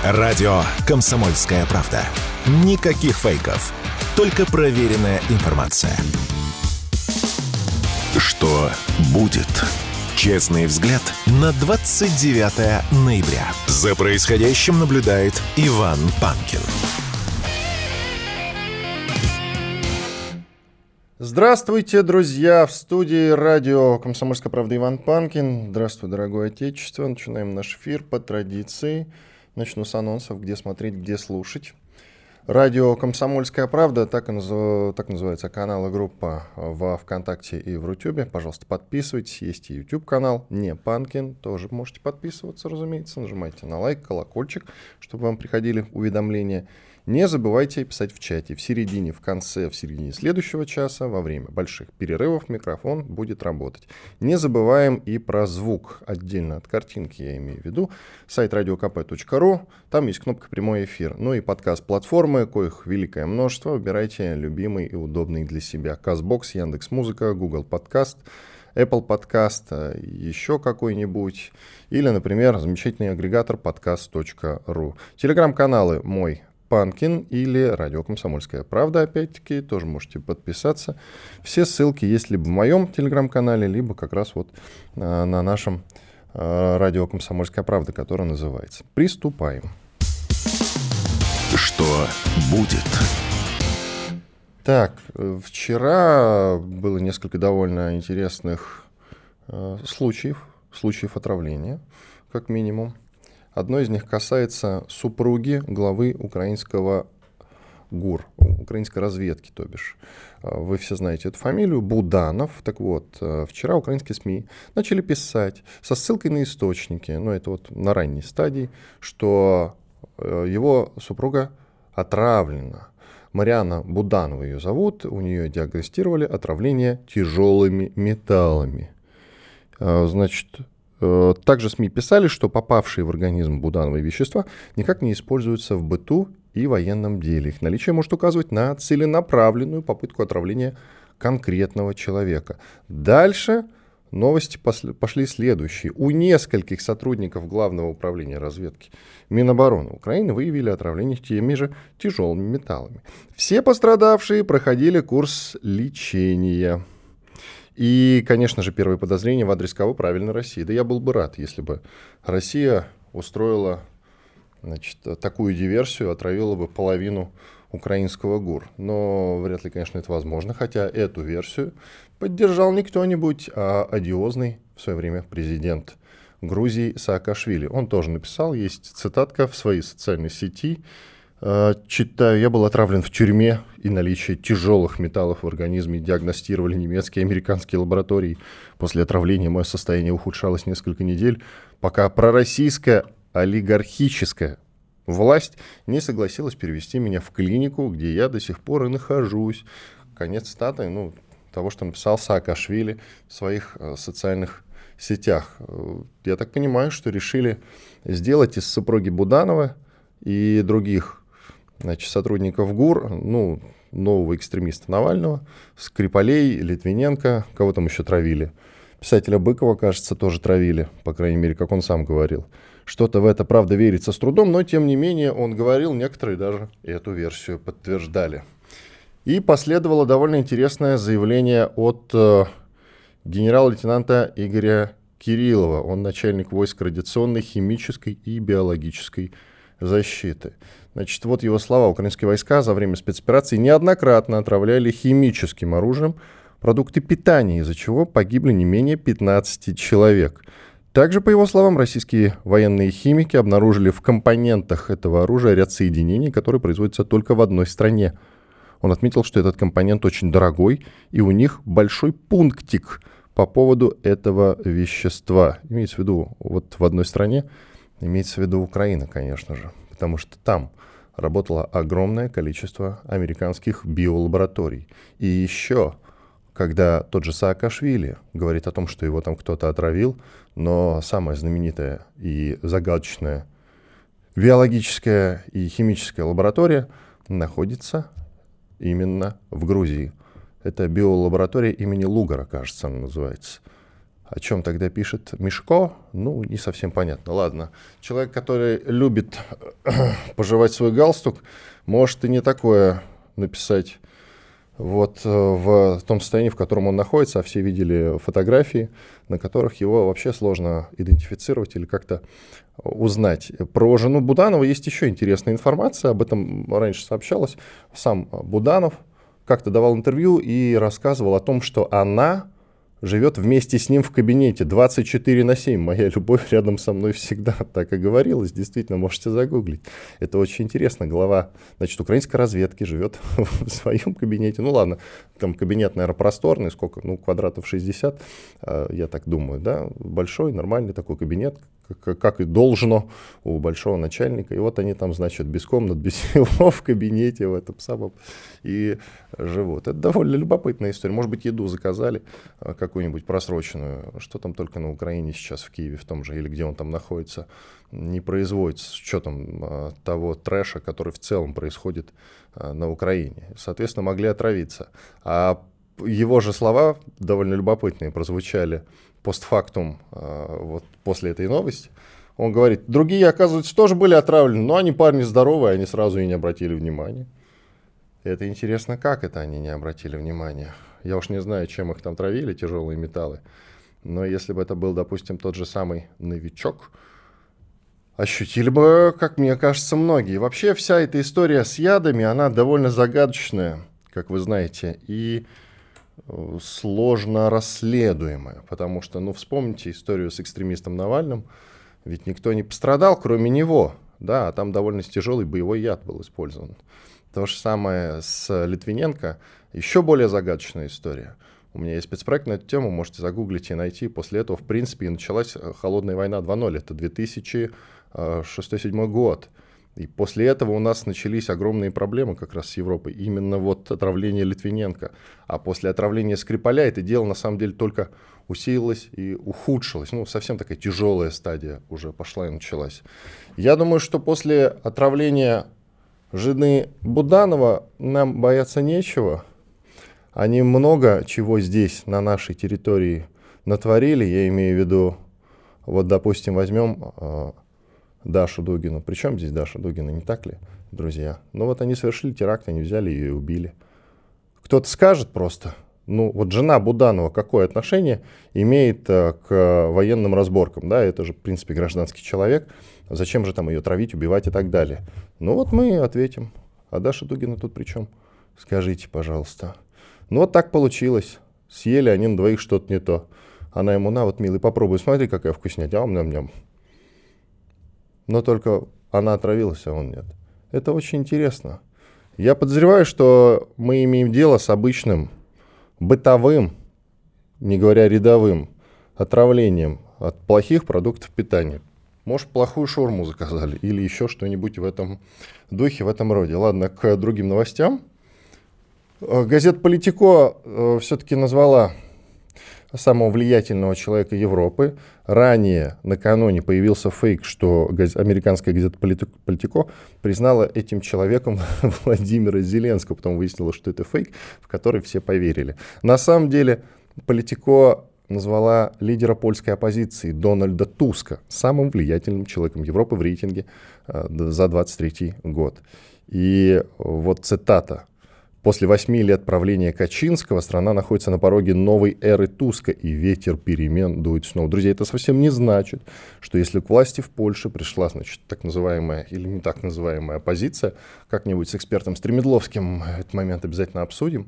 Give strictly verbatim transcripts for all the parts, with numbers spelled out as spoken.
Радио «Комсомольская правда». Никаких фейков, только проверенная информация. Что будет? Честный взгляд на двадцать девятое ноября. За происходящим наблюдает Иван Панкин. Здравствуйте, друзья! В студии радио «Комсомольская правда» Иван Панкин. Здравствуй, дорогое отечество. Начинаем наш эфир по традиции. Начну с анонсов, где смотреть, где слушать. Радио «Комсомольская правда», так, и назыв... так называется канал и группа во ВКонтакте и в Рутюбе. Пожалуйста, подписывайтесь. Есть и YouTube-канал «Не Панкин». Тоже можете подписываться, разумеется. Нажимайте на лайк, колокольчик, чтобы вам приходили уведомления. Не забывайте писать в чате. В середине, в конце, в середине следующего часа, во время больших перерывов микрофон будет работать. Не забываем и про звук. Отдельно от картинки я имею в виду. Сайт радио ка пэ точка ру. Там есть кнопка «Прямой эфир». Ну и подкаст-платформы, коих великое множество. Выбирайте любимый и удобный для себя. Казбокс, Яндекс.Музыка, Google Подкаст, Apple Podcast, еще какой-нибудь. Или, например, замечательный агрегатор подкаст точка ру. Телеграм-каналы «Мой Панкин» или «Радио Комсомольская правда», опять-таки, тоже можете подписаться. Все ссылки есть либо в моем телеграм-канале, либо как раз вот а, на нашем а, «Радио Комсомольская правда», которое называется. Приступаем. Что будет? Так, вчера было несколько довольно интересных э, случаев, случаев отравления, как минимум. Одно из них касается супруги главы украинского ГУР, украинской разведки, то бишь. Вы все знаете эту фамилию, Буданов. Так вот, вчера украинские СМИ начали писать со ссылкой на источники, ну это вот на ранней стадии, что его супруга отравлена. Мариана Буданова ее зовут, у нее диагностировали отравление тяжелыми металлами. Значит, также СМИ писали, что попавшие в организм Будановой вещества никак не используются в быту и военном деле. Их наличие может указывать на целенаправленную попытку отравления конкретного человека. Дальше новости пошли следующие. У нескольких сотрудников Главного управления разведки Минобороны Украины выявили отравление теми же тяжелыми металлами. Все пострадавшие проходили курс лечения. И, конечно же, первые подозрения в адрес кого? Правильно, России. Да я был бы рад, если бы Россия устроила, значит, такую диверсию, отравила бы половину украинского ГУР. Но вряд ли, конечно, это возможно, хотя эту версию поддержал не кто-нибудь, а одиозный в свое время президент Грузии Саакашвили. Он тоже написал, есть цитатка в своей социальной сети. Читаю, я был отравлен в тюрьме, и наличие тяжелых металлов в организме диагностировали немецкие и американские лаборатории. После отравления мое состояние ухудшалось несколько недель, пока пророссийская олигархическая власть не согласилась перевести меня в клинику, где я до сих пор и нахожусь. Конец цитаты, ну, того, что написал Саакашвили в своих э, социальных сетях. Я так понимаю, что решили сделать из супруги Буданова и других, значит, сотрудников ГУР, ну, нового экстремиста Навального, Скрипалей, Литвиненко, кого там еще травили. Писателя Быкова, кажется, тоже травили, по крайней мере, как он сам говорил. Что-то в это, правда, верится с трудом, но, тем не менее, он говорил, некоторые даже эту версию подтверждали. И последовало довольно интересное заявление от э, генерал-лейтенанта Игоря Кириллова. Он начальник войск радиационной, химической и биологической защиты. Значит, вот его слова. Украинские войска за время спецоперации неоднократно отравляли химическим оружием продукты питания, из-за чего погибли не менее пятнадцать человек. Также, по его словам, российские военные химики обнаружили в компонентах этого оружия ряд соединений, которые производятся только в одной стране. Он отметил, что этот компонент очень дорогой, и у них большой пунктик по поводу этого вещества. Имеется в виду, вот в одной стране, имеется в виду Украина, конечно же, потому что там работало огромное количество американских биолабораторий. И еще, когда тот же Саакашвили говорит о том, что его там кто-то отравил, но самая знаменитая и загадочная биологическая и химическая лаборатория находится именно в Грузии. Это биолаборатория имени Лугара, кажется, она называется. О чем тогда пишет Мишко? Ну, не совсем понятно. Ладно. Человек, который любит пожевать свой галстук, может и не такое написать вот в том состоянии, в котором он находится, а все видели фотографии, на которых его вообще сложно идентифицировать или как-то узнать. Про жену Буданова есть еще интересная информация, об этом раньше сообщалось. Сам Буданов как-то давал интервью и рассказывал о том, что она живет вместе с ним в кабинете двадцать четыре на семь. Моя любовь рядом со мной всегда. Так и говорилось. Действительно, можете загуглить. Это очень интересно. Глава, значит, украинской разведки живет в своем кабинете. Ну ладно, там кабинет, наверное, просторный. Сколько? Ну, квадратов шестьдесят, я так думаю, да. Большой, нормальный такой кабинет, как, как и должно у большого начальника. И вот они там, значит, без комнат, без всего в кабинете в этом самом и живут. Это довольно любопытная история. Может быть, еду заказали, какую-нибудь просроченную, что там только на Украине сейчас, в Киеве, в том же, или где он там находится, не производится с учетом того трэша, который в целом происходит на Украине. Соответственно, могли отравиться. А его же слова довольно любопытные прозвучали постфактум вот после этой новости. Он говорит, другие, оказывается, тоже были отравлены, но они парни здоровые, они сразу и не обратили внимания. Это интересно, как это они не обратили внимания? Я уж не знаю, чем их там травили, тяжелые металлы. Но если бы это был, допустим, тот же самый новичок, ощутили бы, как мне кажется, многие. Вообще вся эта история с ядами, она довольно загадочная, как вы знаете, и сложно расследуемая. Потому что, ну, вспомните историю с экстремистом Навальным, ведь никто не пострадал, кроме него. Да, а там довольно тяжелый боевой яд был использован. То же самое с Литвиненко. Еще более загадочная история. У меня есть спецпроект на эту тему, можете загуглить и найти. После этого, в принципе, и началась холодная война два ноль. Это две тысячи шестой — две тысячи седьмой год. И после этого у нас начались огромные проблемы как раз с Европой. Именно вот отравление Литвиненко. А после отравления Скрипаля это дело на самом деле только усилилось и ухудшилось. Ну, совсем такая тяжелая стадия уже пошла и началась. Я думаю, что после отравления жены Буданова нам бояться нечего. Они много чего здесь, на нашей территории, натворили. Я имею в виду, вот, допустим, возьмем э, Дашу Дугину. Причем здесь Даша Дугина, не так ли, друзья? Ну вот они совершили теракт, они взяли ее и убили. Кто-то скажет просто, ну вот жена Буданова какое отношение имеет э, к военным разборкам? Да, это же, в принципе, гражданский человек. Зачем же там ее травить, убивать и так далее? Ну вот мы ответим. А Даша Дугина тут при чем? Скажите, пожалуйста. Ну вот так получилось. Съели они на двоих что-то не то. Она ему, на вот, милый, попробуй, смотри, какая вкуснятина. А он ням-ням. Но только она отравилась, а он нет. Это очень интересно. Я подозреваю, что мы имеем дело с обычным бытовым, не говоря рядовым, отравлением от плохих продуктов питания. Может, плохую шаурму заказали или еще что-нибудь в этом духе, в этом роде. Ладно, к другим новостям. Газета «Политико» э, все-таки назвала самого влиятельного человека Европы. Ранее, накануне, появился фейк, что газ... американская газета «Политико» признала этим человеком Владимира Зеленского. Потом выяснилось, что это фейк, в который все поверили. На самом деле, «Политико» назвала лидера польской оппозиции Дональда Туска самым влиятельным человеком Европы в рейтинге э, за двадцать третий год. И вот цитата. «После восьми лет правления Качинского страна находится на пороге новой эры Туска, и ветер перемен дует снова». Друзья, это совсем не значит, что если к власти в Польше пришла, значит, так называемая или не так называемая оппозиция, как-нибудь с экспертом Стремедловским этот момент обязательно обсудим,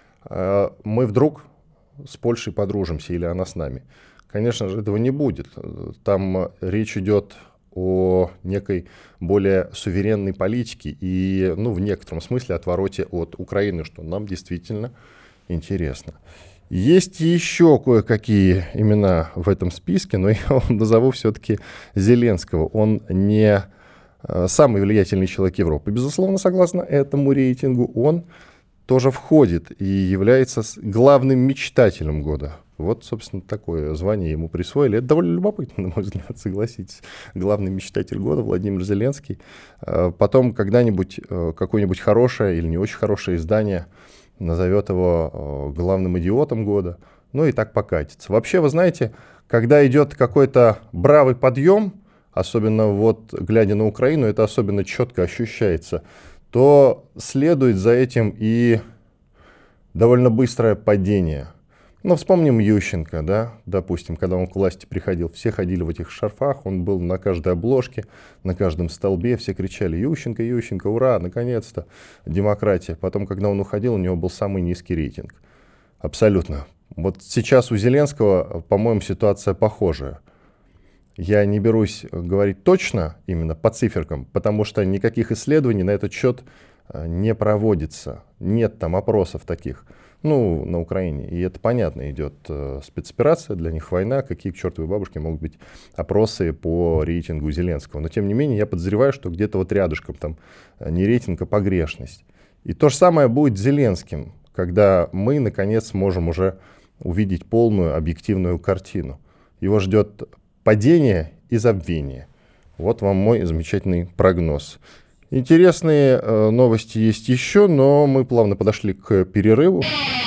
мы вдруг с Польшей подружимся или она с нами. Конечно же, этого не будет. Там речь идет о некой более суверенной политике и, ну, в некотором смысле отвороте от Украины, что нам действительно интересно. Есть еще кое-какие имена в этом списке, но я вам назову все-таки Зеленского. Он не самый влиятельный человек Европы. Безусловно, согласно этому рейтингу, он тоже входит и является главным мечтателем года. Вот, собственно, такое звание ему присвоили. Это довольно любопытно, на мой взгляд, согласитесь. Главный мечтатель года Владимир Зеленский. Потом когда-нибудь какое-нибудь хорошее или не очень хорошее издание назовет его главным идиотом года. ну и так покатится. Вообще, вы знаете, когда идет какой-то бравый подъем, особенно вот глядя на Украину, это особенно четко ощущается, то следует за этим и довольно быстрое падение. Ну, вспомним Ющенко, да, допустим, когда он к власти приходил, все ходили в этих шарфах, он был на каждой обложке, на каждом столбе, все кричали «Ющенко, Ющенко, ура, наконец-то, демократия». Потом, когда он уходил, у него был самый низкий рейтинг. Абсолютно. Вот сейчас у Зеленского, по-моему, ситуация похожая. Я не берусь говорить точно, именно по циферкам, потому что никаких исследований на этот счет не проводится. Нет там опросов таких. Ну, на Украине. И это понятно, идет э, спецоперация, для них война, какие к чертовой бабушке могут быть опросы по рейтингу Зеленского. Но тем не менее, я подозреваю, что где-то вот рядышком там не рейтинг, а погрешность. И то же самое будет с Зеленским, когда мы, наконец, сможем уже увидеть полную объективную картину. Его ждет падение и забвение. Вот вам мой замечательный прогноз. Интересные э, новости есть еще, но мы плавно подошли к перерыву.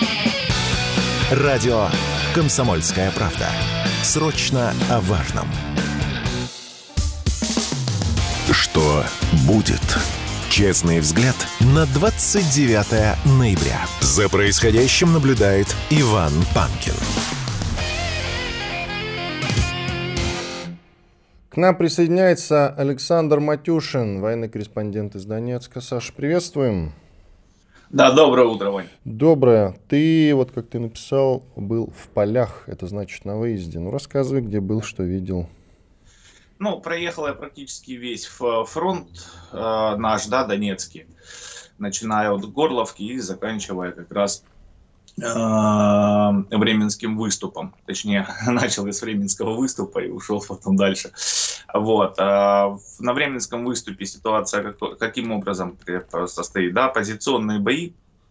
Радио «Комсомольская правда». Срочно о важном. Что будет? Честный взгляд на двадцать девятое ноября. За происходящим наблюдает Иван Панкин. К нам присоединяется Александр Матюшин, военный корреспондент из Донецка. Саша, приветствуем. Да, доброе утро, Вань. Доброе. Ты, вот как ты написал, был в полях, это значит на выезде. Ну, рассказывай, где был, что видел. Ну, проехал я практически весь фронт э, наш, да, донецкий, начиная от Горловки и заканчивая как раз Временским выступом. Точнее, начал я с Временского выступа и ушел потом дальше. Вот. На Временском выступе ситуация как, каким образом состоит? Да, позиционные бои.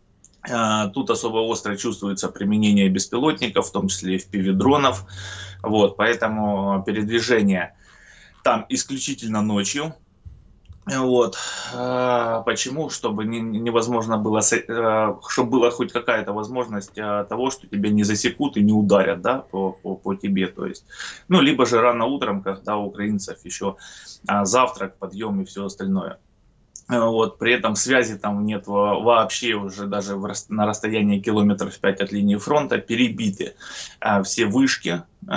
Тут особо остро чувствуется применение беспилотников, в том числе и эф пи ви-дронов. Вот. Поэтому передвижение там исключительно ночью. Вот. Почему? Чтобы не, невозможно было, чтобы была хоть какая-то возможность того, что тебя не засекут и не ударят, да, по, по, по тебе. То есть, ну, либо же рано утром, когда у украинцев еще завтрак, подъем и все остальное. Вот. При этом связи там нет вообще уже даже в, на расстоянии километров пять от линии фронта, перебиты все вышки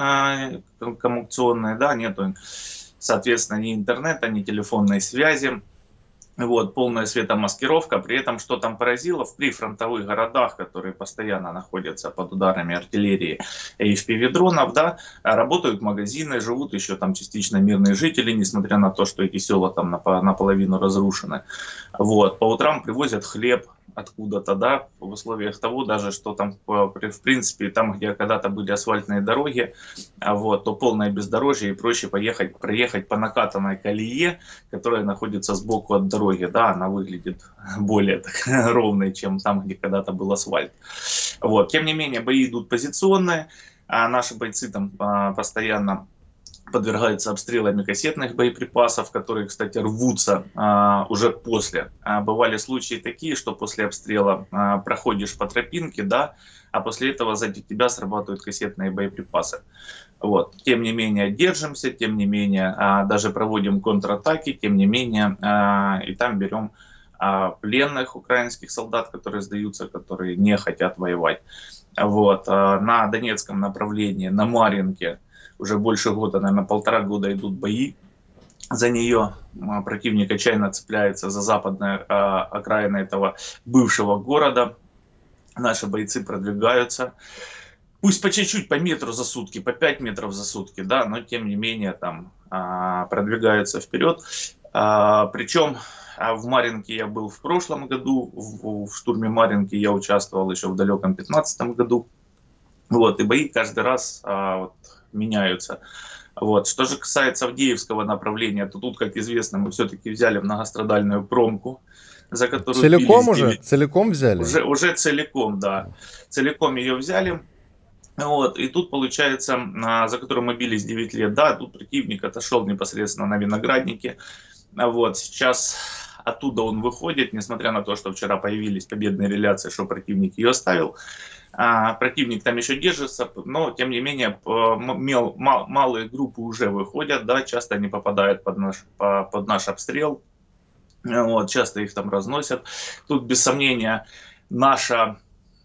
коммуникационные, да, нету, соответственно, ни интернета, ни телефонной связи. Вот, полная светомаскировка. При этом, что там поразило, в прифронтовых городах, которые постоянно находятся под ударами артиллерии и эф пи ви-дронов, да, работают магазины, живут еще там частично мирные жители, несмотря на то, что эти села там наполовину разрушены. Вот, по утрам привозят хлеб откуда-то, да, в условиях того даже, что там, в принципе, там, где когда-то были асфальтные дороги, вот, то полное бездорожье и проще поехать, проехать по накатанной колее, которая находится сбоку от дороги, да, она выглядит более так, ровной, чем там, где когда-то был асфальт. Вот, тем не менее, бои идут позиционные, а наши бойцы там а, постоянно подвергаются обстрелами кассетных боеприпасов, которые, кстати, рвутся а, уже после. А, бывали случаи такие, что после обстрела а, проходишь по тропинке, да, а после этого сзади тебя срабатывают кассетные боеприпасы. Вот. Тем не менее держимся, тем не менее а, даже проводим контратаки, тем не менее а, и там берем а, пленных украинских солдат, которые сдаются, которые не хотят воевать. Вот. А, на Донецком направлении, на Марьинке, уже больше года, наверное, полтора года идут бои за нее. Противник отчаянно цепляется за западные а, окраины этого бывшего города. Наши бойцы продвигаются. Пусть по чуть-чуть, по метру за сутки, по пять метров за сутки, да, но тем не менее там а, продвигаются вперед. А, причем а в Марьинке я был в прошлом году, в, в штурме Марьинки я участвовал еще в далеком пятнадцатом году. Вот, и бои каждый раз а, вот, меняются. Вот. Что же касается Авдеевского направления, то тут, как известно, мы все-таки взяли многострадальную промку, за которую... Целиком уже? девять... Целиком взяли? Уже, уже целиком, да. Целиком ее взяли. Вот. И тут, получается, за которую мы бились девять лет, да, тут противник отошел непосредственно на Винограднике. Вот. Сейчас оттуда он выходит, несмотря на то, что вчера появились победные реляции, что противник ее оставил. Противник там еще держится, но тем не менее мел, мал, малые группы уже выходят, да, часто они попадают под наш, под наш обстрел, вот, часто их там разносят. Тут без сомнения наше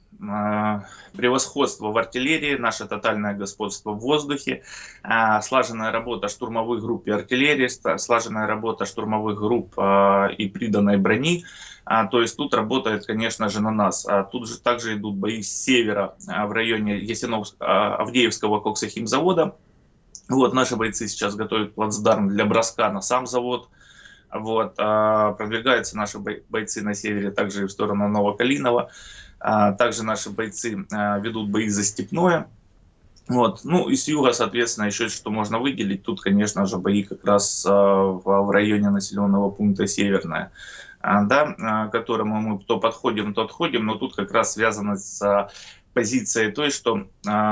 превосходство в артиллерии, наше тотальное господство в воздухе, слаженная работа штурмовых групп и артиллерии, слаженная работа штурмовых групп и приданной брони. То есть тут работает, конечно же, на нас. Тут же также идут бои с севера в районе Ясиновского, Авдеевского коксохимзавода. Вот, наши бойцы сейчас готовят плацдарм для броска на сам завод. Вот, продвигаются наши бойцы на севере также и в сторону Новокалиново. Также наши бойцы ведут бои за Степное. Вот. Ну и с юга, соответственно, еще что можно выделить. Тут, конечно же, бои как раз в районе населенного пункта Северное, да, к которому мы то подходим, то отходим. Но тут как раз связано с позицией той, что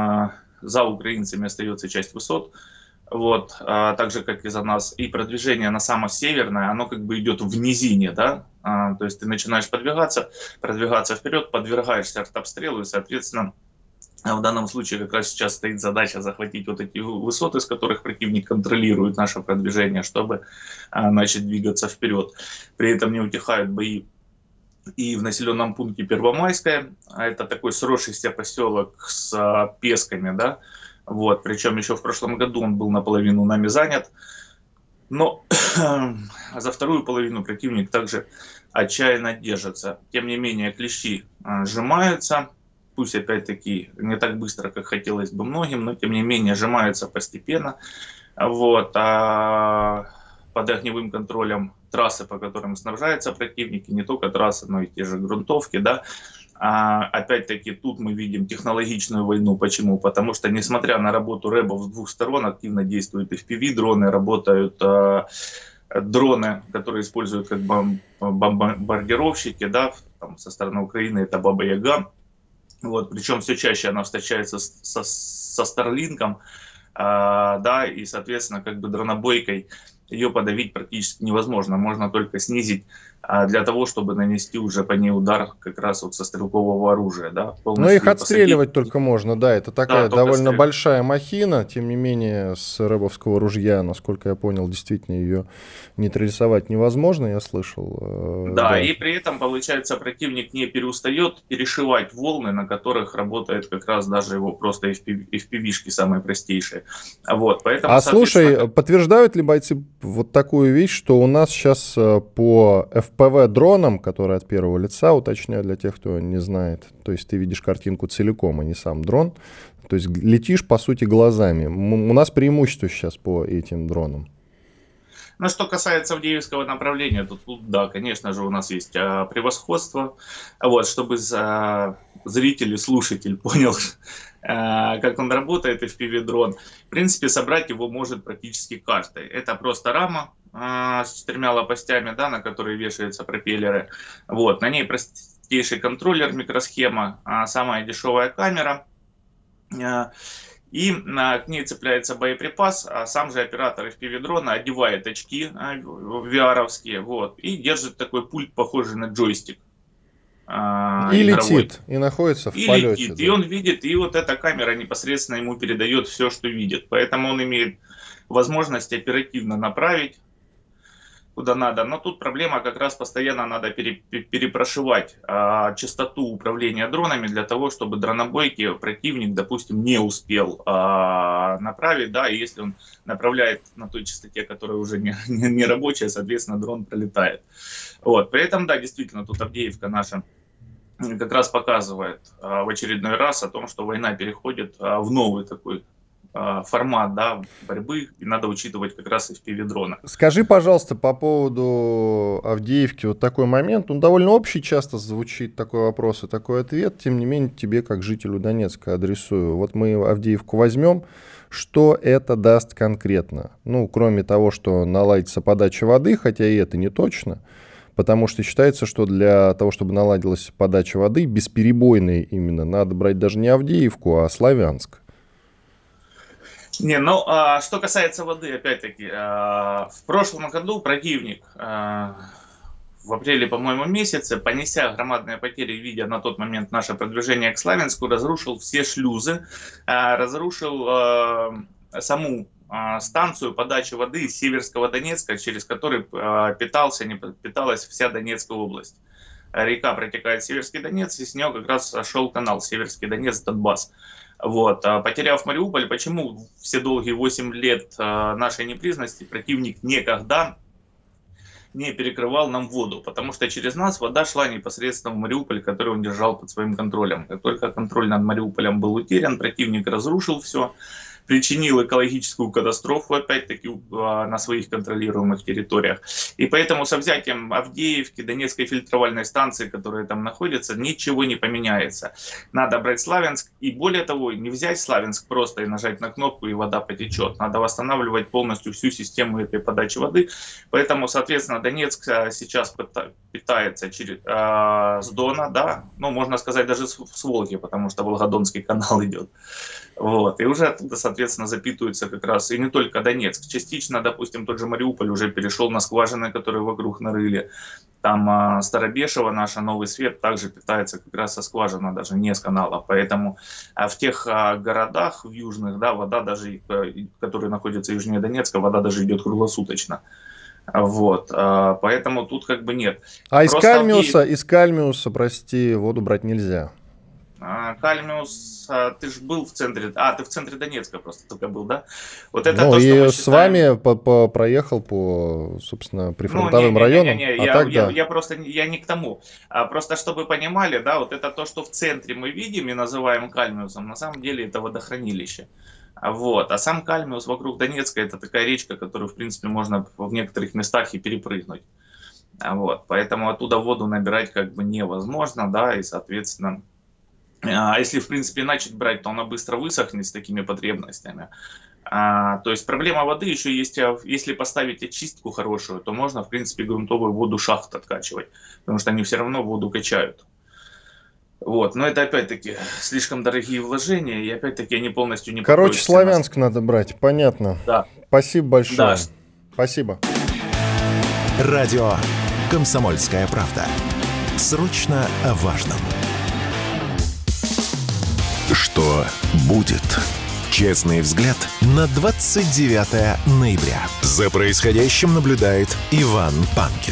за украинцами остается часть высот. Вот, а, так же, как и за нас, и продвижение на самое северное, оно как бы идет в низине, да, а, то есть ты начинаешь продвигаться, продвигаться вперед, подвергаешься артобстрелу, и, соответственно, в данном случае как раз сейчас стоит задача захватить вот эти высоты, с которых противник контролирует наше продвижение, чтобы а, начать двигаться вперед. При этом не утихают бои и в населенном пункте Первомайское, это такой сросшийся поселок с а, Песками, да. Вот, причем еще в прошлом году он был наполовину нами занят. Но за вторую половину противник также отчаянно держится. Тем не менее, клещи сжимаются. Пусть опять-таки не так быстро, как хотелось бы многим, но тем не менее сжимаются постепенно. Вот, а под огневым контролем трассы, по которым снабжаются противники, не только трассы, но и те же грунтовки, да. А, опять-таки тут мы видим технологичную войну. Почему? Потому что, несмотря на работу рэбов с двух сторон, активно действуют эф пи ви-дроны, работают а, дроны, которые используют как бом- бомбардировщики, да, там, со стороны Украины это Баба-Яга. Вот, причем все чаще она встречается с, со, со Старлинком, а, да, и, соответственно, как бы дронобойкой ее подавить практически невозможно. Можно только снизить а, для того, чтобы нанести уже по ней удар как раз вот со стрелкового оружия. Да, но их отстреливать посадить. Только можно, да. Это такая да, довольно большая махина. Тем не менее, с рэбовского ружья, насколько я понял, действительно ее нейтрализовать невозможно, я слышал. Да, да, и при этом, получается, противник не переустает перешивать волны, на которых работает как раз даже его просто эф пи ви-шки самые простейшие. Вот, поэтому, а слушай, подтверждают ли бойцы вот такую вещь, что у нас сейчас по эф пи ви-дронам, которые от первого лица, уточняю для тех, кто не знает, то есть ты видишь картинку целиком, а не сам дрон, то есть летишь, по сути, глазами. У нас преимущество сейчас по этим дронам. Ну, что касается Авдеевского направления, то тут, да, конечно же, у нас есть а, превосходство. Вот, чтобы за, зритель и слушатель понял, а, как он работает, эф пи ви-дрон, в принципе, собрать его может практически каждый. Это просто рама а, с четырьмя лопастями, да, на которые вешаются пропеллеры. Вот, на ней простейший контроллер, микросхема, а, самая дешевая камера. А, И а, к ней цепляется боеприпас, а сам же оператор эф пи ви-дрона одевает очки а, ви ар-овские, вот, и держит такой пульт, похожий на джойстик. А, и игровой. Летит, и находится в и полете. Летит, да. И он видит, и вот эта камера непосредственно ему передает все, что видит. Поэтому он имеет возможность оперативно направить куда надо. Но тут проблема как раз постоянно надо пере, перепрошивать а, частоту управления дронами для того, чтобы дронобойки противник, допустим, не успел а, направить, да, и если он направляет на той частоте, которая уже не, не, не рабочая, соответственно, дрон пролетает. Вот, при этом, да, действительно, тут Авдеевка наша как раз показывает а, в очередной раз о том, что война переходит а, в новый такой формат, да, борьбы, и надо учитывать как раз эф пи ви-дроны. Скажи, пожалуйста, по поводу Авдеевки вот такой момент, он довольно общий, часто звучит такой вопрос и такой ответ, тем не менее тебе, как жителю Донецка, адресую. Вот мы Авдеевку возьмем, что это даст конкретно? Ну, кроме того, что наладится подача воды, хотя и это не точно, потому что считается, что для того, чтобы наладилась подача воды, бесперебойной именно, надо брать даже не Авдеевку, а Славянск. Не, ну, а, что касается воды, опять-таки, а, в прошлом году противник а, в апреле, по-моему, месяце, понеся громадные потери, видя на тот момент наше продвижение к Славянску, разрушил все шлюзы, разрушил саму станцию подачи воды из Северского Донецка, через который питался, не питалась вся Донецкая область. Река протекает в Северский Донец, и с нее как раз шел канал Северский Донец-Донбасс. Вот. Потеряв Мариуполь, почему все долгие восемь лет нашей непризнанности противник никогда не перекрывал нам воду? Потому что через нас вода шла непосредственно в Мариуполь, который он держал под своим контролем. Как только контроль над Мариуполем был утерян, противник разрушил все, причинил экологическую катастрофу, опять-таки, на своих контролируемых территориях. И поэтому со взятием Авдеевки, Донецкой фильтровальной станции, которая там находится, ничего не поменяется. Надо брать Славянск, и более того, не взять Славянск просто и нажать на кнопку, и вода потечет. Надо восстанавливать полностью всю систему этой подачи воды. Поэтому, соответственно, Донецк сейчас питается через, э, с Дона, да, ну, можно сказать, даже с, с Волги, потому что Волгодонский канал идет. Вот. И уже оттуда, соответственно, запитывается как раз, и не только Донецк. Частично, допустим, тот же Мариуполь уже перешел на скважины, которые вокруг нарыли. Там а, Старобешево, наша Новый Свет, также питается как раз со скважины, даже не с канала. Поэтому а в тех а, городах, в южных, да, вода даже, которые находятся южнее Донецка, вода даже идет круглосуточно. Вот. А, поэтому тут как бы нет. А из Кальмиуса, из Кальмиуса, прости, воду брать нельзя. Кальмиус, ты же был в центре, а, ты в центре Донецка просто только был, да? Вот это ну, то, и что с считаем... вами по -по проехал по, собственно, прифронтовым ну, не, не, районам, не, не, не. а я, так, я, да. Я просто, я не к тому, а просто чтобы понимали, да, вот это то, что в центре мы видим и называем Кальмиусом, на самом деле это водохранилище. Вот. А сам Кальмиус вокруг Донецка — это такая речка, которую, в принципе, можно в некоторых местах и перепрыгнуть. Вот. Поэтому оттуда воду набирать как бы невозможно, да, и, соответственно... А если, в принципе, начать брать, то она быстро высохнет с такими потребностями. А, то есть проблема воды еще есть, если поставить очистку хорошую, то можно, в принципе, грунтовую воду шахт откачивать, потому что они все равно воду качают. Вот. Но это, опять-таки, слишком дорогие вложения, и, опять-таки, они полностью не... Короче, Славянск нас. Надо брать, понятно. Да. Спасибо большое. Да. Спасибо. Радио «Комсомольская правда». Срочно о важном. Что будет? Честный взгляд на двадцать девятое ноября. За происходящим наблюдает Иван Панкин.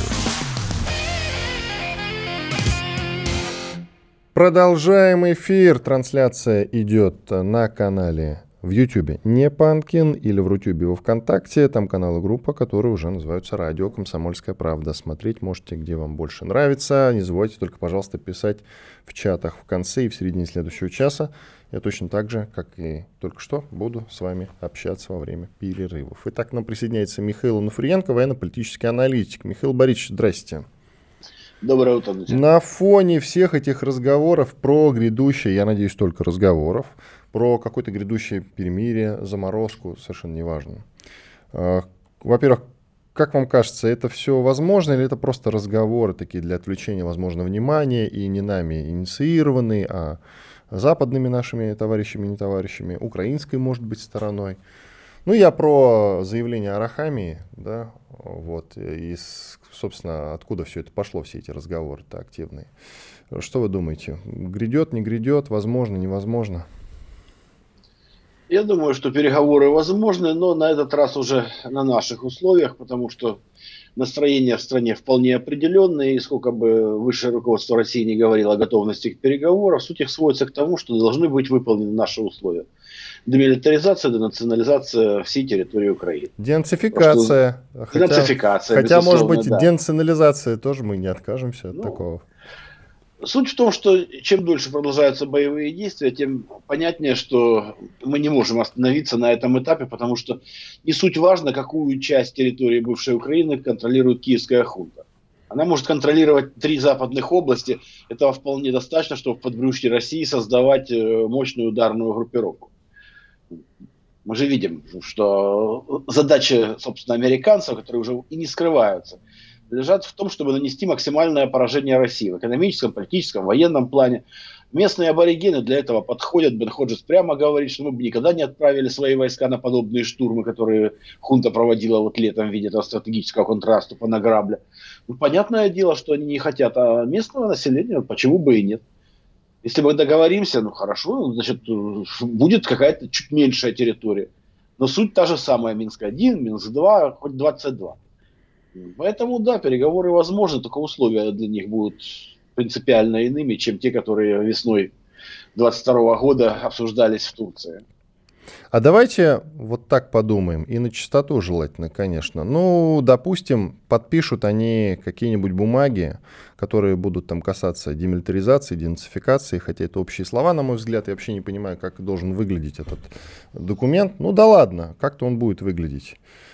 Продолжаем эфир. Трансляция идет на канале в Ютубе «Не Панкин» или в Рутюбе во ВКонтакте. Там канал и группа, которые уже называются «Радио Комсомольская правда». Смотреть можете, где вам больше нравится. Не забывайте только, пожалуйста, писать в чатах в конце и в середине следующего часа. Я точно так же, как и только что, буду с вами общаться во время перерывов. Итак, к нам присоединяется Михаил Онуфриенко, военно-политический аналитик. Михаил Борисович, здрасте. Доброе утро, друзья. На фоне всех этих разговоров про грядущее, я надеюсь, только разговоров, про какое-то грядущее перемирие, заморозку, совершенно неважно. Во-первых, как вам кажется, это все возможно или это просто разговоры такие для отвлечения, возможно, внимания и не нами инициированные, а западными нашими товарищами, не товарищами, украинской, может быть, стороной? Ну, я про заявление Арахамии, да, вот, и, собственно, откуда все это пошло, все эти разговоры-то активные. Что вы думаете? Грядет, не грядет, возможно, невозможно? Я думаю, что переговоры возможны, но на этот раз уже на наших условиях, потому что настроение в стране вполне определенное, и сколько бы высшее руководство России не говорило о готовности к переговорам, суть их сводится к тому, что должны быть выполнены наши условия. Демилитаризация, денационализация всей территории Украины. Денацификация. Хотя, денацификация, хотя может быть, да. Денационализация тоже мы не откажемся от ну, такого. Суть в том, что чем дольше продолжаются боевые действия, тем понятнее, что мы не можем остановиться на этом этапе, потому что не суть важно, какую часть территории бывшей Украины контролирует киевская хунта. Она может контролировать три западных области. Этого вполне достаточно, чтобы в подбрюшье России создавать мощную ударную группировку. Мы же видим, что задачи, собственно, американцев, которые уже и не скрываются, лежат в том, чтобы нанести максимальное поражение России в экономическом, политическом, военном плане. Местные аборигены для этого подходят. Бен Ходжес прямо говорит, что мы бы никогда не отправили свои войска на подобные штурмы, которые хунта проводила вот летом в виде этого стратегического контраступа на Грабле. Ну, понятное дело, что они не хотят, а местного населения почему бы и нет. Если мы договоримся, ну хорошо, значит, будет какая-то чуть меньшая территория. Но суть та же самая, Минск один, Минск два, хоть двадцать два. Поэтому, да, переговоры возможны, только условия для них будут принципиально иными, чем те, которые весной двадцать второго года обсуждались в Турции. А давайте вот так подумаем, и на чистоту желательно, конечно. Ну, допустим, подпишут они какие-нибудь бумаги, которые будут там касаться демилитаризации, денацификации, хотя это общие слова, на мой взгляд, я вообще не понимаю, как должен выглядеть этот документ. Ну да ладно, как-то он будет выглядеть.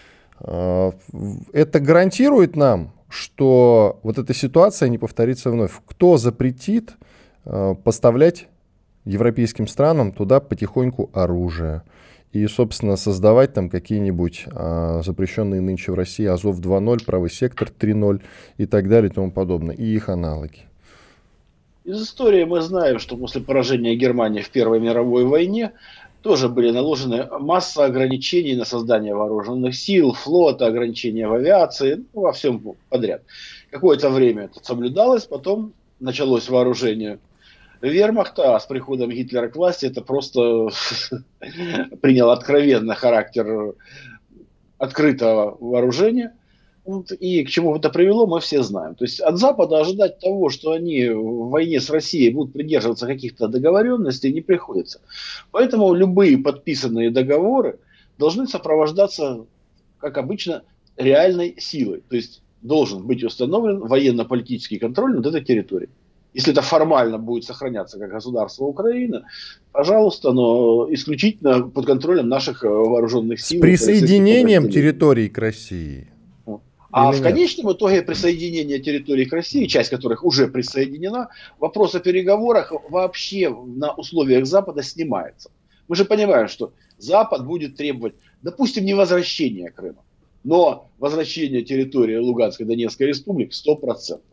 Это гарантирует нам, что вот эта ситуация не повторится вновь. Кто запретит поставлять европейским странам туда потихоньку оружие и, собственно, создавать там какие-нибудь а, запрещенные нынче в России Азов два ноль, Правый сектор три ноль и так далее и тому подобное, и их аналоги? Из истории мы знаем, что после поражения Германии в Первой мировой войне тоже были наложены масса ограничений на создание вооруженных сил, флота, ограничения в авиации, ну, во всем подряд. Какое-то время это соблюдалось, потом началось вооружение вермахта, а с приходом Гитлера к власти это просто приняло откровенный характер открытого вооружения. И к чему это привело, мы все знаем. То есть от Запада ожидать того, что они в войне с Россией будут придерживаться каких-то договоренностей, не приходится. Поэтому любые подписанные договоры должны сопровождаться, как обычно, реальной силой. То есть должен быть установлен военно-политический контроль над этой территорией. Если это формально будет сохраняться как государство Украина, пожалуйста, но исключительно под контролем наших вооруженных сил. С присоединением территорий к России. А в конечном итоге присоединение территорий к России, часть которых уже присоединена, вопрос о переговорах вообще на условиях Запада снимается. Мы же понимаем, что Запад будет требовать, допустим, не возвращения Крыма, но возвращения территории Луганской и Донецкой республик сто процентов.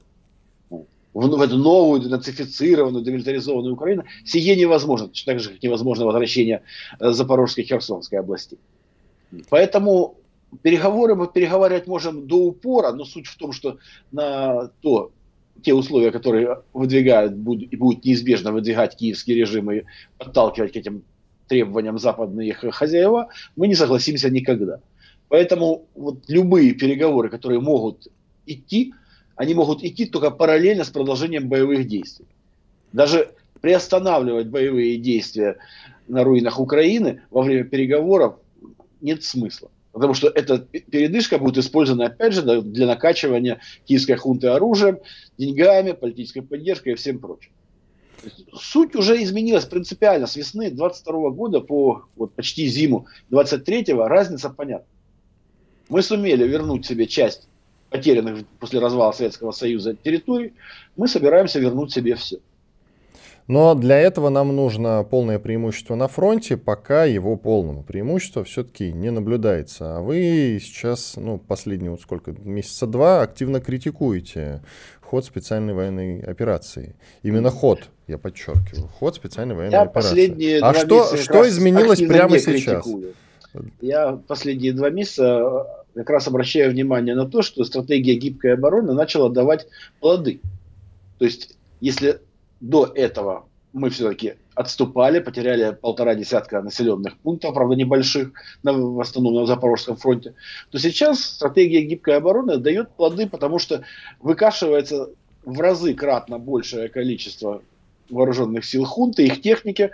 В эту новую, денацифицированную, демилитаризованную Украину сие невозможно, так же, как невозможно возвращение Запорожской и Херсонской областей. Поэтому переговоры мы переговаривать можем до упора, но суть в том, что на то, те условия, которые выдвигают будут, и будут неизбежно выдвигать киевский режим и подталкивать к этим требованиям западные хозяева, мы не согласимся никогда. Поэтому вот любые переговоры, которые могут идти, они могут идти только параллельно с продолжением боевых действий. Даже приостанавливать боевые действия на руинах Украины во время переговоров нет смысла. Потому что эта передышка будет использована, опять же, для накачивания киевской хунты оружием, деньгами, политической поддержкой и всем прочим. Суть уже изменилась принципиально. С весны двадцать второго года по вот, почти зиму двадцать третьего разница понятна. Мы сумели вернуть себе часть потерянных после развала Советского Союза территорий, мы собираемся вернуть себе все. Но для этого нам нужно полное преимущество на фронте, пока его полного преимущества все-таки не наблюдается. А вы сейчас, ну, последние вот сколько, месяца два активно критикуете ход специальной военной операции. Именно ход, я подчеркиваю, ход специальной военной я операции. А что, что изменилось прямо сейчас? Критикую. Я последние два месяца как раз обращаю внимание на то, что стратегия гибкой обороны начала давать плоды. То есть, если до этого мы все-таки отступали, потеряли полтора десятка населенных пунктов, правда небольших, на, в основном на Запорожском фронте, то сейчас стратегия гибкой обороны дает плоды, потому что выкашивается в разы кратно большее количество вооруженных сил хунты, их техники.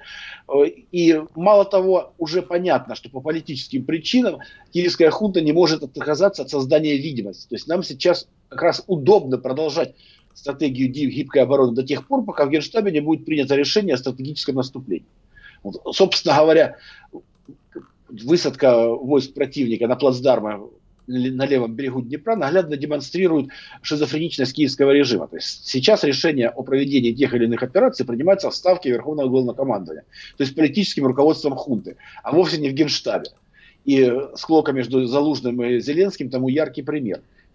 И мало того, уже понятно, что по политическим причинам киевская хунта не может отказаться от создания видимости. То есть нам сейчас как раз удобно продолжать стратегию гибкой обороны до тех пор, пока в Генштабе не будет принято решение о стратегическом наступлении. Вот, собственно говоря, высадка войск противника на плацдарме на левом берегу Днепра наглядно демонстрирует шизофреничность киевского режима. То есть сейчас решение о проведении тех или иных операций принимается в Ставке Верховного Главнокомандования, то есть политическим руководством хунты, а вовсе не в Генштабе. И склока между Залужным и Зеленским тому яркий пример.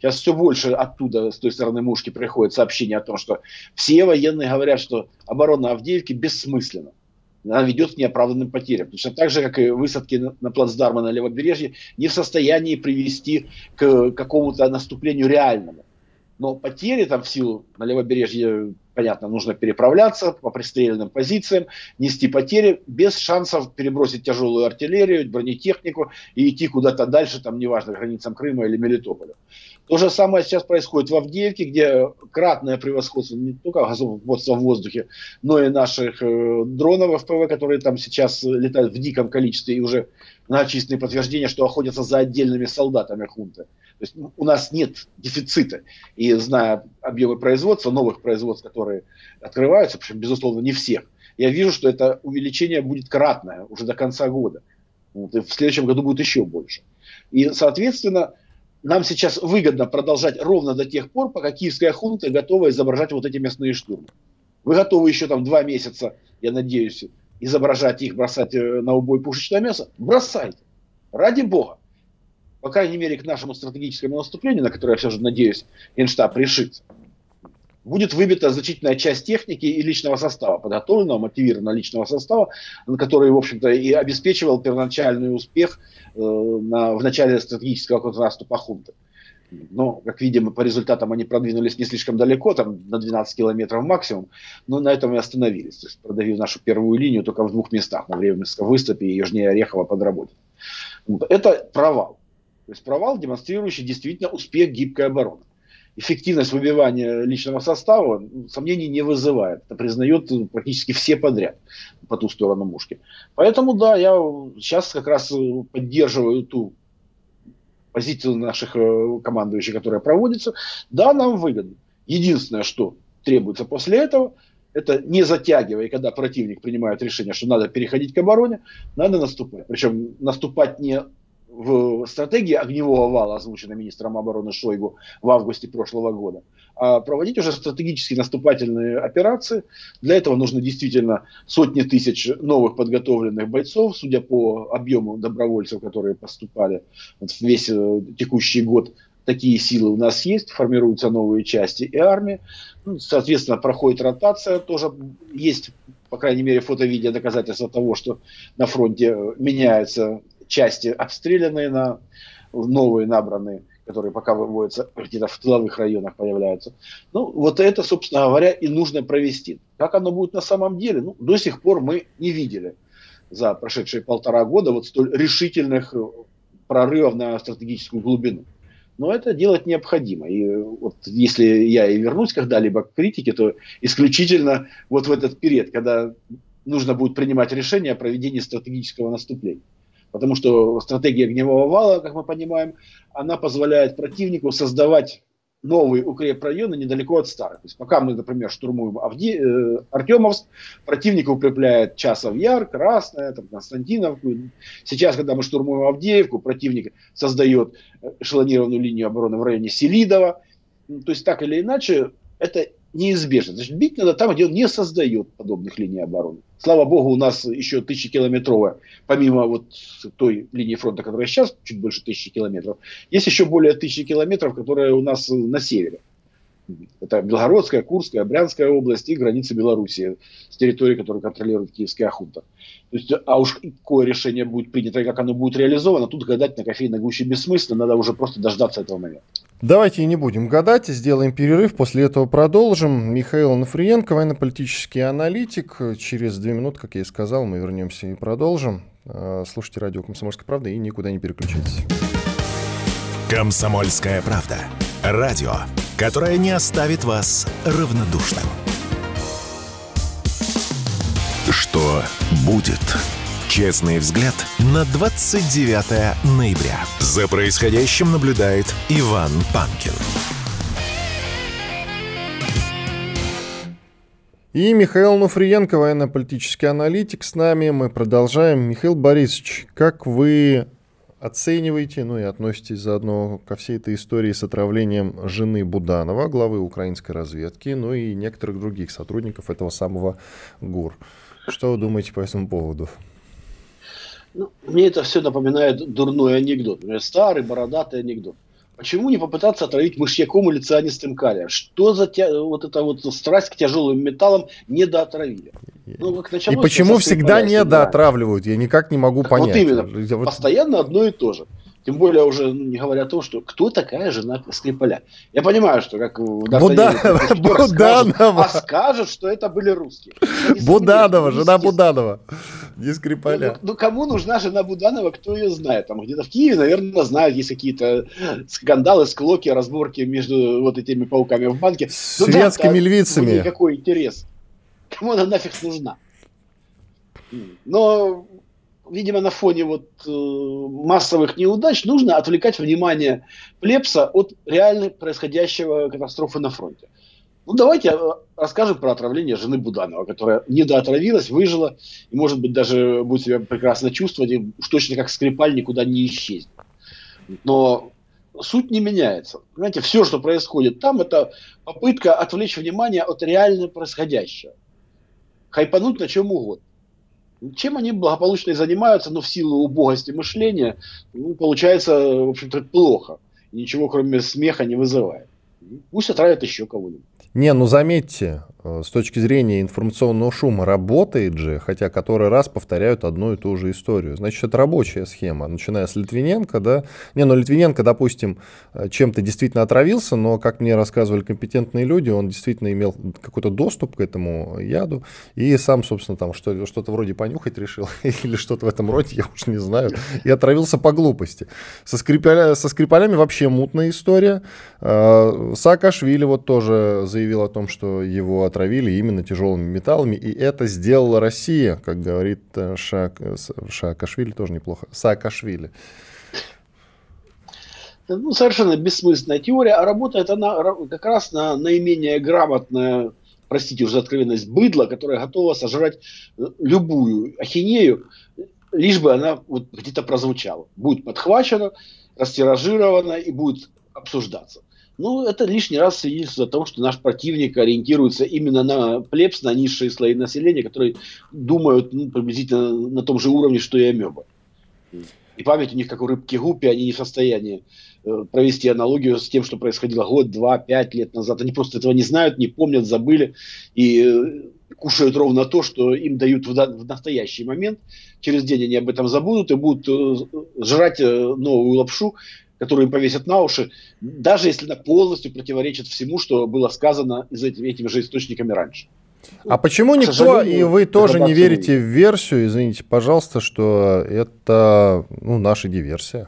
Сейчас все больше оттуда, с той стороны Мушки, приходит сообщение о том, что все военные говорят, что оборона Авдеевки бессмысленна. Она ведет к неоправданным потерям. Точно так же, как и высадки на, на плацдарме на левобережье, не в состоянии привести к какому-то наступлению реальному. Но потери там в силу на левобережье, понятно, нужно переправляться по пристреленным позициям, нести потери без шансов перебросить тяжелую артиллерию, бронетехнику и идти куда-то дальше, там, неважно, границам Крыма или Мелитополя. То же самое сейчас происходит в Авдеевке, где кратное превосходство не только газоводства в воздухе, но и наших э, дронов эф пэ вэ, которые там сейчас летают в диком количестве, и уже многочисленные подтверждения, что охотятся за отдельными солдатами хунты. То есть у нас нет дефицита. И зная объемы производства, новых производств, которые открываются, причем, безусловно, не всех, я вижу, что это увеличение будет кратное уже до конца года. Вот, и в следующем году будет еще больше. И, соответственно, нам сейчас выгодно продолжать ровно до тех пор, пока киевская хунта готова изображать вот эти мясные штурмы. Вы готовы еще там два месяца, я надеюсь, изображать их, бросать на убой пушечное мясо? Бросайте. Ради бога. По крайней мере, к нашему стратегическому наступлению, на которое я все же надеюсь, Генштаб решится, будет выбита значительная часть техники и личного состава, подготовленного, мотивированного личного состава, который, в общем-то, и обеспечивал первоначальный успех э, на, в начале стратегического контрнаступа хунты. Но, как видим, по результатам они продвинулись не слишком далеко, там на двенадцать километров максимум, но на этом и остановились. То есть, продавив нашу первую линию только в двух местах, на Временском выступе и южнее Орехова под Работино. Это провал. То есть провал, демонстрирующий действительно успех гибкой обороны. Эффективность выбивания личного состава сомнений не вызывает. Это признают практически все подряд по ту сторону Мушки. Поэтому, да, я сейчас как раз поддерживаю ту позицию наших командующих, которая проводится. Да, нам выгодно. Единственное, что требуется после этого, это не затягивая, когда противник принимает решение, что надо переходить к обороне, надо наступать. Причем наступать не в стратегии огневого вала, озвученной министром обороны Шойгу в августе прошлого года, а проводить уже стратегические наступательные операции. Для этого нужно действительно сотни тысяч новых подготовленных бойцов, судя по объему добровольцев, которые поступали вот весь текущий год. Такие силы у нас есть, формируются новые части и армии. Ну, соответственно, проходит ротация, тоже есть, по крайней мере, фото-видео доказательства того, что на фронте меняются части, обстрелянные на новые набранные, которые пока выводятся где-то в тыловых районах появляются. Ну, вот это, собственно говоря, и нужно провести. Как оно будет на самом деле, ну, до сих пор мы не видели за прошедшие полтора года вот столь решительных прорывов на стратегическую глубину. Но это делать необходимо. И вот если я и вернусь когда-либо к критике, то исключительно вот в этот период, когда нужно будет принимать решение о проведении стратегического наступления. Потому что стратегия огневого вала, как мы понимаем, она позволяет противнику создавать новые укрепрайоны недалеко от старых. То есть пока мы, например, штурмуем Авди... э, Артемовск, противник укрепляет Часов Яр, Красное, там, Константиновку. Сейчас, когда мы штурмуем Авдеевку, противник создает эшелонированную линию обороны в районе Селидова. То есть так или иначе, это неизбежно. Значит, бить надо там, где он не создает подобных линий обороны. Слава богу, у нас еще тысячекилометровая, помимо вот той линии фронта, которая сейчас чуть больше тысячи километров, есть еще более тысячи километров, которые у нас на севере. Это Белгородская, Курская, Брянская область и границы Белоруссии с территории, которую контролирует киевская хунта. То есть, а уж какое решение будет принято и как оно будет реализовано, тут гадать на кофейной гуще бессмысленно, надо уже просто дождаться этого момента. Давайте и не будем гадать, сделаем перерыв, после этого продолжим. Михаил Онуфриенко, военно-политический аналитик. Через две минуты, как я и сказал, мы вернемся и продолжим. Слушайте радио «Комсомольская правда» и никуда не переключайтесь. «Комсомольская правда». Радио, которое не оставит вас равнодушным. Что будет? Честный взгляд на двадцать девятое ноября. За происходящим наблюдает Иван Панкин. И Михаил Онуфриенко, военно-политический аналитик, с нами. Мы продолжаем. Михаил Борисович, как вы оцениваете, ну и относитесь заодно ко всей этой истории с отравлением жены Буданова, главы украинской разведки, ну и некоторых других сотрудников этого самого ГУР? Что вы думаете по этому поводу? Ну, мне это все напоминает дурной анекдот, старый бородатый анекдот. Почему не попытаться отравить мышьяком или цианистым калием? Что за тя... вот эта вот страсть к тяжелым металлам недоотравили? Ну, как и почему всегда недоотравливают? Я никак не могу так понять. Вот именно. Вот... Постоянно одно и то же. Тем более уже не говоря о том, что кто такая жена Скрипаля. Я понимаю, что как в Буданова, а скажут, что это были русские. Буданова, жена Буданова, не Скрипаля. Ну, ну кому нужна жена Буданова, кто ее знает? Там где-то в Киеве, наверное, знают, есть какие-то скандалы, склоки, разборки между вот этими пауками в банке. С ну, шведскими да, львицами. Какой интерес? Кому она нафиг нужна? Но... Видимо, на фоне вот, э, массовых неудач нужно отвлекать внимание плебса от реально происходящего катастрофы на фронте. Ну, давайте расскажем про отравление жены Буданова, которая недоотравилась, выжила, и, может быть, даже будет себя прекрасно чувствовать, и уж точно как Скрипаль никуда не исчезнет. Но суть не меняется. Понимаете, все, что происходит там, это попытка отвлечь внимание от реально происходящего. Хайпануть на чем угодно. Чем они благополучно и занимаются, но в силу убогости мышления, ну, получается, в общем-то, плохо. И ничего, кроме смеха, не вызывает. Пусть отравят еще кого-нибудь. Не, ну заметьте, с точки зрения информационного шума работает же, хотя который раз повторяют одну и ту же историю. Значит, это рабочая схема, начиная с Литвиненко, да. Не, ну Литвиненко, допустим, чем-то действительно отравился, но, как мне рассказывали компетентные люди, он действительно имел какой-то доступ к этому яду и сам, собственно, там что- что-то вроде понюхать решил или что-то в этом роде, я уж не знаю, и отравился по глупости. Со, Скрипаля, со Скрипалями вообще мутная история. Саакашвили вот тоже заявил о том, что его отравили именно тяжелыми металлами, и это сделала Россия, как говорит Шаак... Шаакашвили, тоже неплохо, Саакашвили. Ну, совершенно бессмысленная теория, а работает она как раз на наименее грамотное, простите уже за откровенность, быдло, которое готово сожрать любую ахинею, лишь бы она вот где-то прозвучала. Будет подхвачена, растиражирована и будет обсуждаться. Ну, это лишний раз свидетельствует о том, что наш противник ориентируется именно на плебс, на низшие слои населения, которые думают ну, приблизительно на том же уровне, что и амеба. И память у них, как у рыбки гуппи, они не в состоянии э, провести аналогию с тем, что происходило год, два, пять лет назад. Они просто этого не знают, не помнят, забыли и э, кушают ровно то, что им дают в, в настоящий момент. Через день они об этом забудут и будут э, жрать э, новую лапшу, которую им повесят на уши, даже если она полностью противоречит всему, что было сказано этими же источниками раньше. А почему никто, и вы тоже не верите в версию, извините, пожалуйста, что это ну, наша диверсия?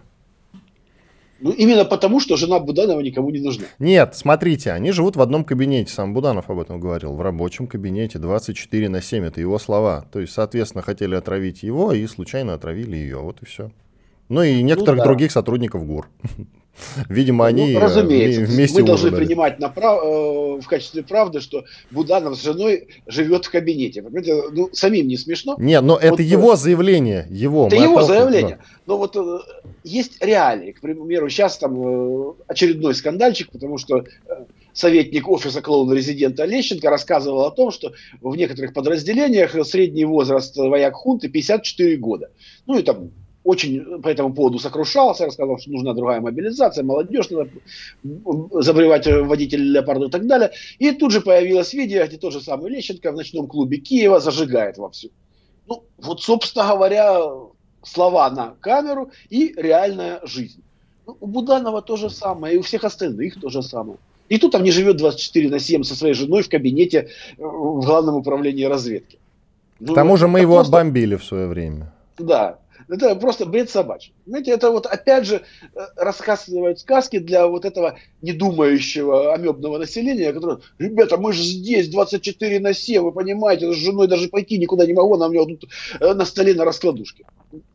Ну, именно потому, что жена Буданова никому не нужна. Нет, смотрите, они живут в одном кабинете, сам Буданов об этом говорил, в рабочем кабинете двадцать четыре на семь, это его слова. То есть, соответственно, хотели отравить его и случайно отравили ее, вот и все. Ну и некоторых ну, да. других сотрудников ГУР. Видимо, они ну, разумеется, вместе мы должны ужинали. принимать на прав... в качестве правды, что Буданов с женой живет в кабинете. Понимаете, ну, самим не смешно. Не, но вот, это его заявление. Его. Это его заявление. Да. Но вот э, есть реалии. К примеру, сейчас там э, очередной скандальчик, потому что э, советник офиса клоуна-резидента Лещенко рассказывал о том, что в некоторых подразделениях средний возраст вояк-хунты пятьдесят четыре года. Ну и там очень по этому поводу сокрушался, рассказал, что нужна другая мобилизация, молодежь, надо забревать водителя Леопарда и так далее. И тут же появилось видео, где тот же самый Лещенко в ночном клубе Киева зажигает вовсю. Ну, вот, собственно говоря, слова на камеру и реальная жизнь. Ну, у Буданова то же самое, и у всех остальных то же самое. И тут там не живет двадцать четыре на семь со своей женой в кабинете в Главном управлении разведки. Ну, к тому же мы его просто... отбомбили в свое время. Да. Это просто бред собачий. Знаете, это вот опять же рассказывают сказки для вот этого недумающего амебного населения, которое, ребята, мы же здесь двадцать четыре на семь, вы понимаете, с женой даже пойти никуда не могу, она у меня тут на столе на раскладушке.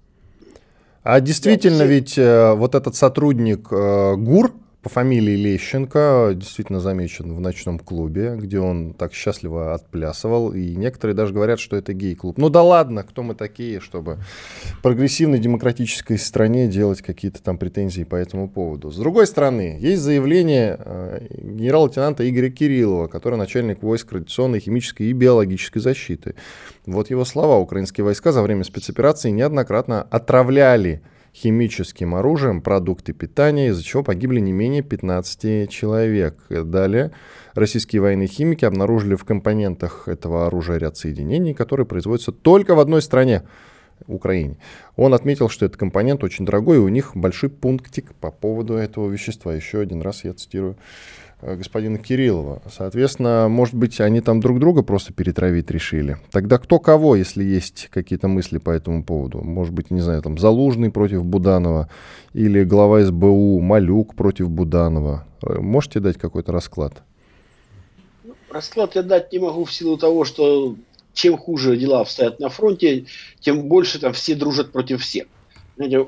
А действительно, да, ведь э, вот этот сотрудник э, ГУР по фамилии Лещенко действительно замечен в ночном клубе, где он так счастливо отплясывал, и некоторые даже говорят, что это гей-клуб. Ну да ладно, кто мы такие, чтобы в прогрессивной демократической стране делать какие-то там претензии по этому поводу. С другой стороны, есть заявление э, генерал-лейтенанта Игоря Кириллова, который начальник войск радиационной, химической и биологической защиты. Вот его слова: украинские войска за время спецоперации неоднократно отравляли химическим оружием продукты питания, из-за чего погибли не менее пятнадцати человек. Далее российские военные химики обнаружили в компонентах этого оружия ряд соединений, которые производятся только в одной стране — Украине. Он отметил, что этот компонент очень дорогой, и у них большой пунктик по поводу этого вещества. Еще один раз я цитирую господина Кириллова. Соответственно, может быть, они там друг друга просто перетравить решили. Тогда кто кого, если есть какие-то мысли по этому поводу? Может быть, не знаю, там Залужный против Буданова или глава эс бэ у Малюк против Буданова. Можете дать какой-то расклад? Расклад я дать не могу в силу того, что чем хуже дела обстоят на фронте, тем больше там все дружат против всех. Знаете,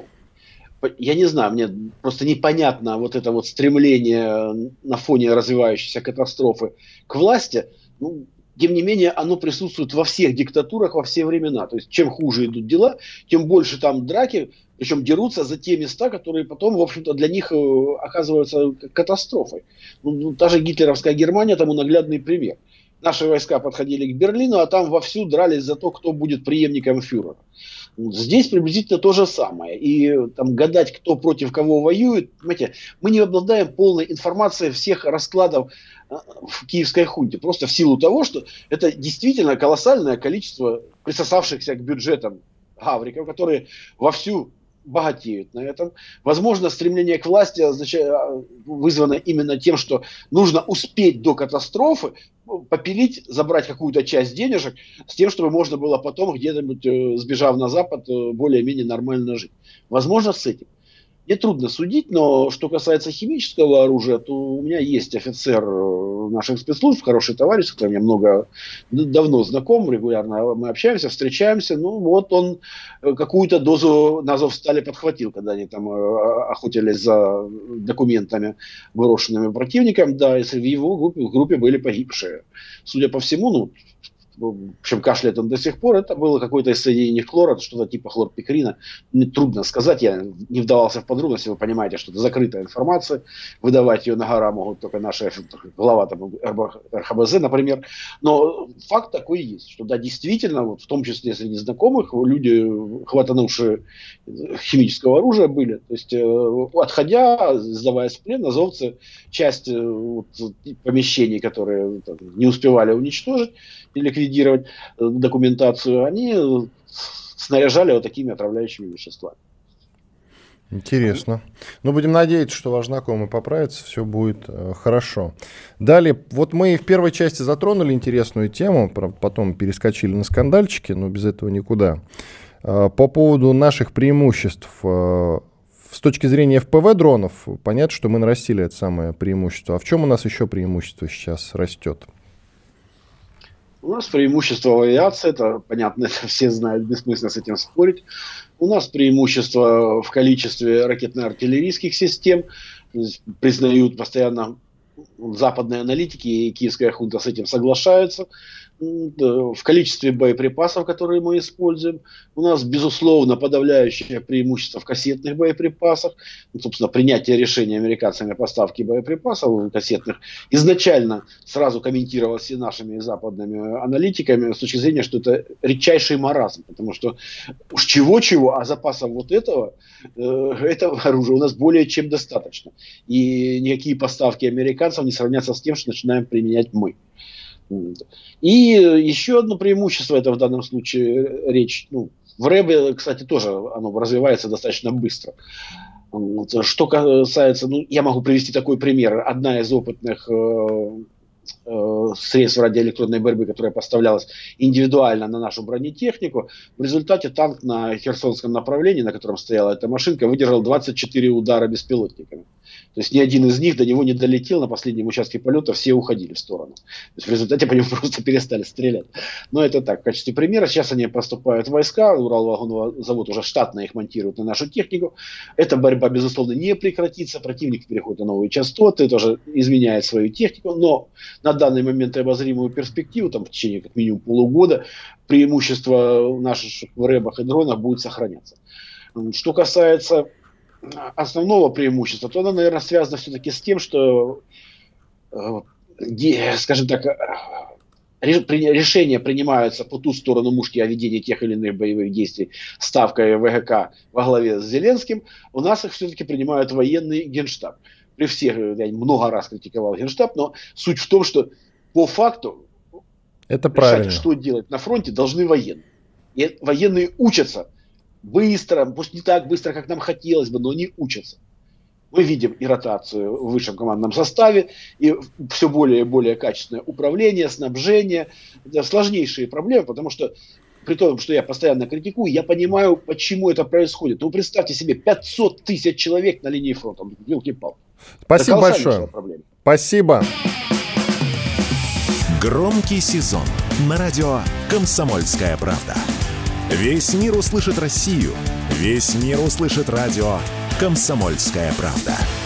я не знаю, мне просто непонятно вот это вот стремление на фоне развивающейся катастрофы к власти. Ну, тем не менее, оно присутствует во всех диктатурах во все времена. То есть, чем хуже идут дела, тем больше там драки, причем дерутся за те места, которые потом, в общем-то, для них оказываются катастрофой. Ну, та же гитлеровская Германия тому наглядный пример. Наши войска подходили к Берлину, а там вовсю дрались за то, кто будет преемником фюрера. Здесь приблизительно то же самое. И там гадать, кто против кого воюет, понимаете, мы не обладаем полной информацией всех раскладов в киевской хунте. Просто в силу того, что это действительно колоссальное количество присосавшихся к бюджетам гавриков, которые вовсю богатеют на этом. Возможно, стремление к власти вызвано именно тем, что нужно успеть до катастрофы, попилить, забрать какую-то часть денежек, с тем, чтобы можно было потом где-нибудь, сбежав на Запад, более-менее нормально жить. Возможно, с этим. Мне трудно судить, но что касается химического оружия, то у меня есть офицер наших спецслужб, хороший товарищ, с которым я много, давно знаком, регулярно мы общаемся, встречаемся. Ну вот он какую-то дозу на Азовстали подхватил, когда они там охотились за документами, брошенными противником. Да, если в его группе, в группе были погибшие. Судя по всему, ну, в общем, кашляет он до сих пор. Это было какое-то из соединений хлора, что-то типа хлорпикрина. Мне трудно сказать, я не вдавался в подробности. Вы понимаете, что это закрытая информация. Выдавать ее на гора могут только наши глава там, эр ха бэ зэ, например. Но факт такой есть, что да, действительно, вот, в том числе среди знакомых, люди, хватанувшие химического оружия, были. То есть, отходя, сдаваясь в плен, азовцы часть вот, помещений, которые там, не успевали уничтожить и ликвидировать документацию, они снаряжали вот такими отравляющими веществами. Интересно. Ну, будем надеяться, что ваш знакомый поправится, все будет э, хорошо. Далее, вот мы в первой части затронули интересную тему, потом перескочили на скандальчики, но без этого никуда. Э, по поводу наших преимуществ. Э, с точки зрения эф пэ вэ дронов, понятно, что мы нарастили это самое преимущество. А в чем у нас еще преимущество сейчас растет? У нас преимущество в авиации, это понятно, это все знают, бессмысленно с этим спорить. У нас преимущество в количестве ракетно-артиллерийских систем, признают постоянно западные аналитики, и киевская хунта с этим соглашается. В количестве боеприпасов, которые мы используем, у нас, безусловно, подавляющее преимущество в кассетных боеприпасах. Ну, собственно, принятие решения американцами о поставке боеприпасов кассетных изначально сразу комментировалось и нашими и западными аналитиками с точки зрения, что это редчайший маразм, потому что уж чего-чего, а запасов вот этого, э, этого оружия у нас более чем достаточно. И никакие поставки американцев не сравнятся с тем, что начинаем применять мы. И еще одно преимущество, это в данном случае речь, ну, в рэбе, кстати, тоже оно развивается достаточно быстро. Что касается, ну, я могу привести такой пример. Одна из опытных э, э, средств радиоэлектронной борьбы, которая поставлялась индивидуально на нашу бронетехнику, в результате танк на Херсонском направлении, на котором стояла эта машинка, выдержал двадцать четыре удара беспилотниками. То есть ни один из них до него не долетел, на последнем участке полета все уходили в сторону. То есть в результате по нему просто перестали стрелять. Но это так, в качестве примера. Сейчас они поступают в войска, Уралвагоновый завод уже штатно их монтирует на нашу технику. Эта борьба, безусловно, не прекратится. Противник переходит на новые частоты, тоже изменяет свою технику. Но на данный момент и обозримую перспективу, там в течение как минимум полугода, преимущество наших в рэбах и дронах будет сохраняться. Что касается основного преимущества, то оно, наверное, связано все-таки с тем, что, скажем так, решения принимаются по ту сторону мушки о ведении тех или иных боевых действий ставкой ВГК во главе с Зеленским, у нас их все-таки принимают военный Генштаб. При всех, я много раз критиковал Генштаб, но суть в том, что по факту это решать, правильно. что делать на фронте, должны военные. И военные учатся быстро, пусть не так быстро, как нам хотелось бы, но они учатся. Мы видим и ротацию в высшем командном составе, и все более и более качественное управление, снабжение. Это сложнейшие проблемы, потому что, при том, что я постоянно критикую, я понимаю, почему это происходит. Ну, представьте себе, пятьсот тысяч человек на линии фронта. Елки-палки. Спасибо большое. Проблема. Спасибо. Громкий сезон на радио «Комсомольская правда». Весь мир услышит Россию. Весь мир услышит радио «Комсомольская правда».